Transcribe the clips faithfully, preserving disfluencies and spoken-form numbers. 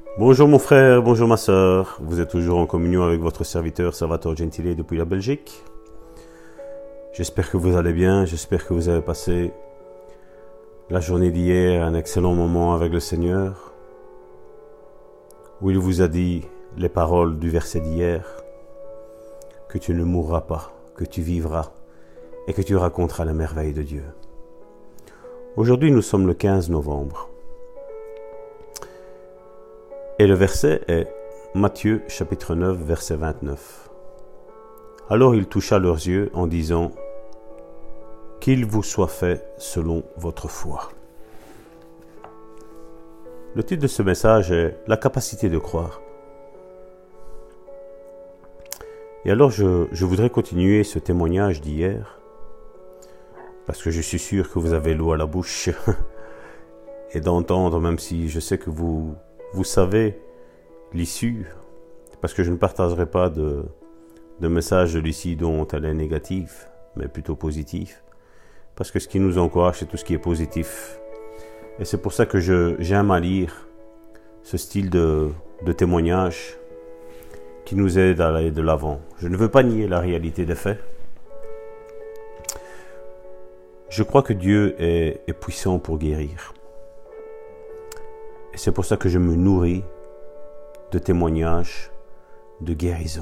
Bonjour mon frère, bonjour ma sœur. Vous êtes toujours en communion avec votre serviteur Salvatore Gentile depuis la Belgique. J'espère que vous allez bien, j'espère que vous avez passé la journée d'hier un excellent moment avec le Seigneur, où il vous a dit les paroles du verset d'hier, que tu ne mourras pas, que tu vivras et que tu raconteras les merveilles de Dieu. Aujourd'hui, nous sommes le quinze novembre. Et le verset est Matthieu chapitre neuf, verset vingt-neuf. Alors il toucha leurs yeux en disant « Qu'il vous soit fait selon votre foi ». Le titre de ce message est « La capacité de croire ». Et alors je, je voudrais continuer ce témoignage d'hier, parce que je suis sûr que vous avez l'eau à la bouche, et d'entendre, même si je sais que vous... Vous savez l'issue, parce que je ne partagerai pas de, de message de l'issue dont elle est négative, mais plutôt positif, parce que ce qui nous encourage, c'est tout ce qui est positif. Et c'est pour ça que je, j'aime à lire ce style de, de témoignage qui nous aide à aller de l'avant. Je ne veux pas nier la réalité des faits. Je crois que Dieu est, est puissant pour guérir. Et c'est pour ça que je me nourris de témoignages, de guérison,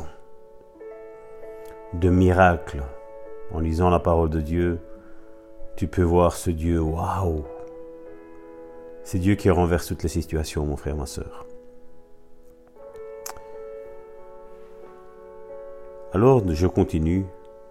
de miracles. En lisant la parole de Dieu, tu peux voir ce Dieu, waouh! C'est Dieu qui renverse toutes les situations, mon frère, ma sœur. Alors, je continue.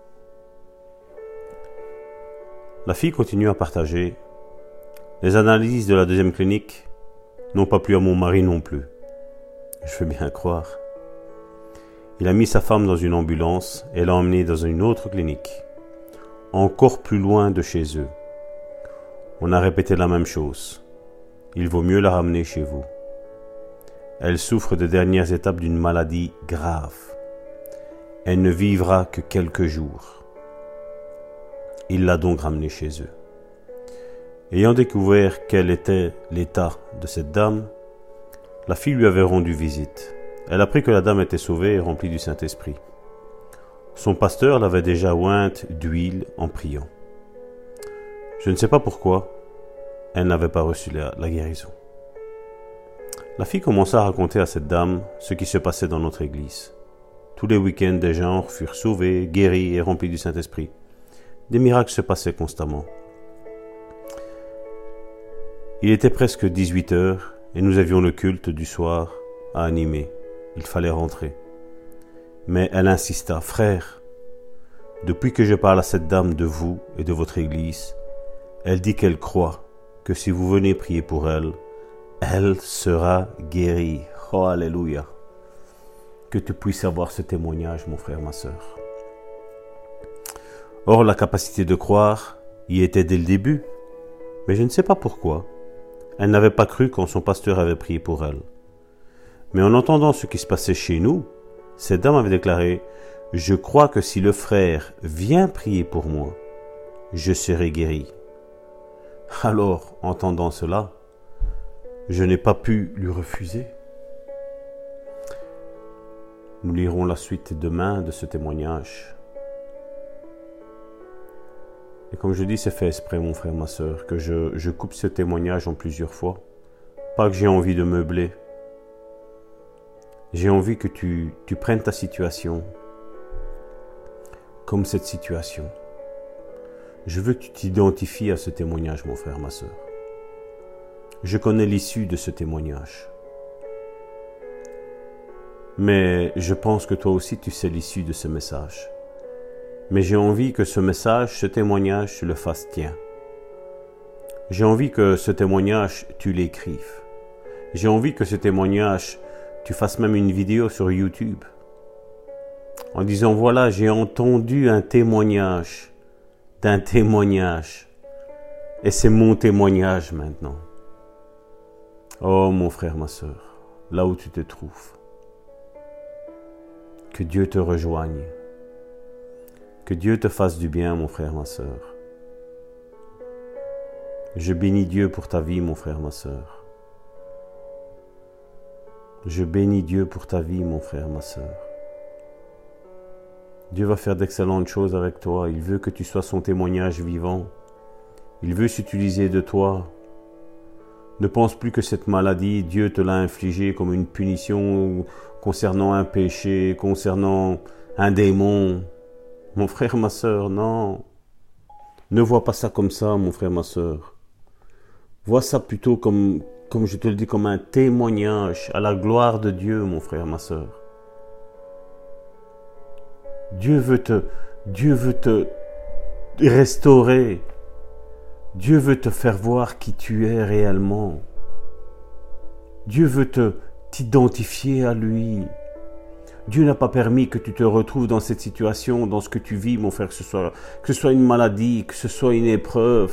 La fille continue à partager. Les analyses de la deuxième clinique n'ont pas plu à mon mari non plus. Je veux bien croire. Il a mis sa femme dans une ambulance et l'a emmenée dans une autre clinique, encore plus loin de chez eux. On a répété la même chose. Il vaut mieux la ramener chez vous. Elle souffre des dernières étapes d'une maladie grave. Elle ne vivra que quelques jours. Il l'a donc ramenée chez eux. Ayant découvert quel était l'état de cette dame, la fille lui avait rendu visite. Elle apprit que la dame était sauvée et remplie du Saint-Esprit. Son pasteur l'avait déjà ointe d'huile en priant. Je ne sais pas pourquoi, elle n'avait pas reçu la, la guérison. La fille commença à raconter à cette dame ce qui se passait dans notre église. Tous les week-ends, des gens furent sauvés, guéris et remplis du Saint-Esprit. Des miracles se passaient constamment. Il était presque dix-huit heures et nous avions le culte du soir à animer. Il fallait rentrer. Mais elle insista, « Frère, depuis que je parle à cette dame de vous et de votre église, elle dit qu'elle croit que si vous venez prier pour elle, elle sera guérie. » Oh, alléluia. Que tu puisses avoir ce témoignage, mon frère, ma sœur. Or, la capacité de croire y était dès le début, mais je ne sais pas pourquoi. Elle n'avait pas cru quand son pasteur avait prié pour elle. Mais en entendant ce qui se passait chez nous, cette dame avait déclaré « Je crois que si le frère vient prier pour moi, je serai guéri. » Alors, entendant cela, je n'ai pas pu lui refuser. Nous lirons la suite demain de ce témoignage. Et comme je dis, c'est fait exprès, mon frère, ma sœur, que je, je coupe ce témoignage en plusieurs fois. Pas que j'ai envie de meubler. J'ai envie que tu, tu prennes ta situation comme cette situation. Je veux que tu t'identifies à ce témoignage, mon frère, ma sœur. Je connais l'issue de ce témoignage. Mais je pense que toi aussi, tu sais l'issue de ce message. Mais j'ai envie que ce message, ce témoignage, tu le fasses tien. J'ai envie que ce témoignage, tu l'écrives. J'ai envie que ce témoignage, tu fasses même une vidéo sur YouTube. En disant, voilà, j'ai entendu un témoignage, d'un témoignage. Et c'est mon témoignage maintenant. Oh mon frère, ma sœur, là où tu te trouves. Que Dieu te rejoigne. Que Dieu te fasse du bien, mon frère, ma sœur. Je bénis Dieu pour ta vie, mon frère, ma sœur. Je bénis Dieu pour ta vie, mon frère, ma sœur. Dieu va faire d'excellentes choses avec toi. Il veut que tu sois son témoignage vivant. Il veut s'utiliser de toi. Ne pense plus que cette maladie, Dieu te l'a infligée comme une punition concernant un péché, concernant un démon. Mon frère, ma sœur, non. Ne vois pas ça comme ça, mon frère, ma sœur. Vois ça plutôt comme, comme je te le dis, comme un témoignage à la gloire de Dieu, mon frère, ma sœur. Dieu veut te, Dieu veut te restaurer. Dieu veut te faire voir qui tu es réellement. Dieu veut te t'identifier à lui. Dieu n'a pas permis que tu te retrouves dans cette situation, dans ce que tu vis, mon frère, que ce soit, que ce soit une maladie, que ce soit une épreuve.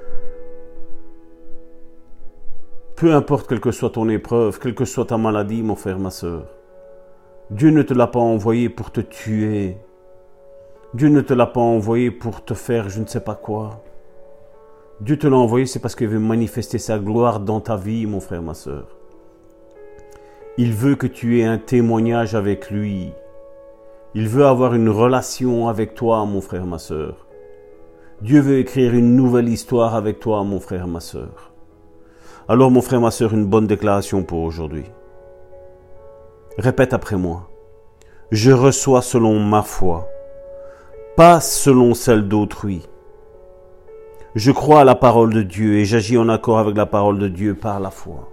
Peu importe quelle que soit ton épreuve, quelle que soit ta maladie, mon frère, ma sœur. Dieu ne te l'a pas envoyé pour te tuer. Dieu ne te l'a pas envoyé pour te faire je ne sais pas quoi. Dieu te l'a envoyé, c'est parce qu'il veut manifester sa gloire dans ta vie, mon frère, ma sœur. Il veut que tu aies un témoignage avec lui. Il veut avoir une relation avec toi, mon frère, ma sœur. Dieu veut écrire une nouvelle histoire avec toi, mon frère, ma sœur. Alors, mon frère, ma sœur, une bonne déclaration pour aujourd'hui. Répète après moi. Je reçois selon ma foi, pas selon celle d'autrui. Je crois à la parole de Dieu et j'agis en accord avec la parole de Dieu par la foi.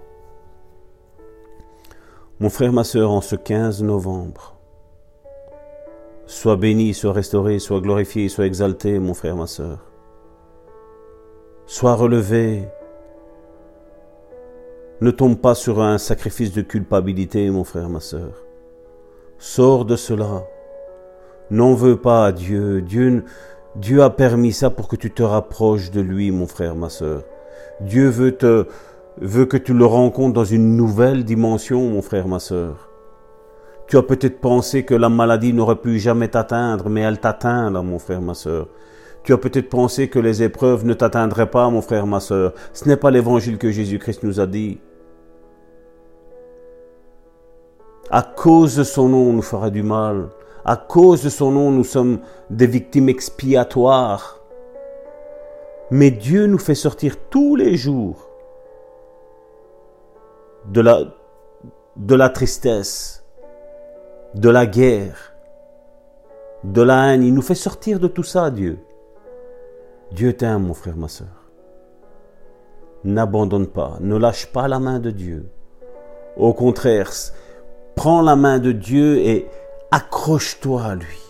Mon frère, ma sœur, en ce quinze novembre, sois béni, sois restauré, sois glorifié, sois exalté, mon frère, ma sœur. Sois relevé. Ne tombe pas sur un sacrifice de culpabilité, mon frère, ma sœur. Sors de cela. N'en veux pas à Dieu. Dieu, Dieu a permis ça pour que tu te rapproches de lui, mon frère, ma sœur. Dieu veut te, veut que tu le rencontres dans une nouvelle dimension, mon frère, ma sœur. Tu as peut-être pensé que la maladie n'aurait pu jamais t'atteindre, mais elle t'atteint, là, mon frère, ma sœur. Tu as peut-être pensé que les épreuves ne t'atteindraient pas, mon frère, ma sœur. Ce n'est pas l'évangile que Jésus-Christ nous a dit. À cause de son nom, on nous fera du mal. À cause de son nom, nous sommes des victimes expiatoires. Mais Dieu nous fait sortir tous les jours de la, de la tristesse, de la guerre, de la haine. Il nous fait sortir de tout ça, Dieu. Dieu t'aime, mon frère, ma sœur. N'abandonne pas, ne lâche pas la main de Dieu. Au contraire, prends la main de Dieu et accroche-toi à lui.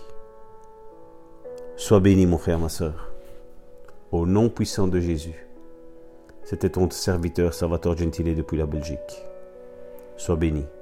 Sois béni, mon frère, ma sœur. Au nom puissant de Jésus. C'était ton serviteur Salvatore Gentile depuis la Belgique. Sois béni.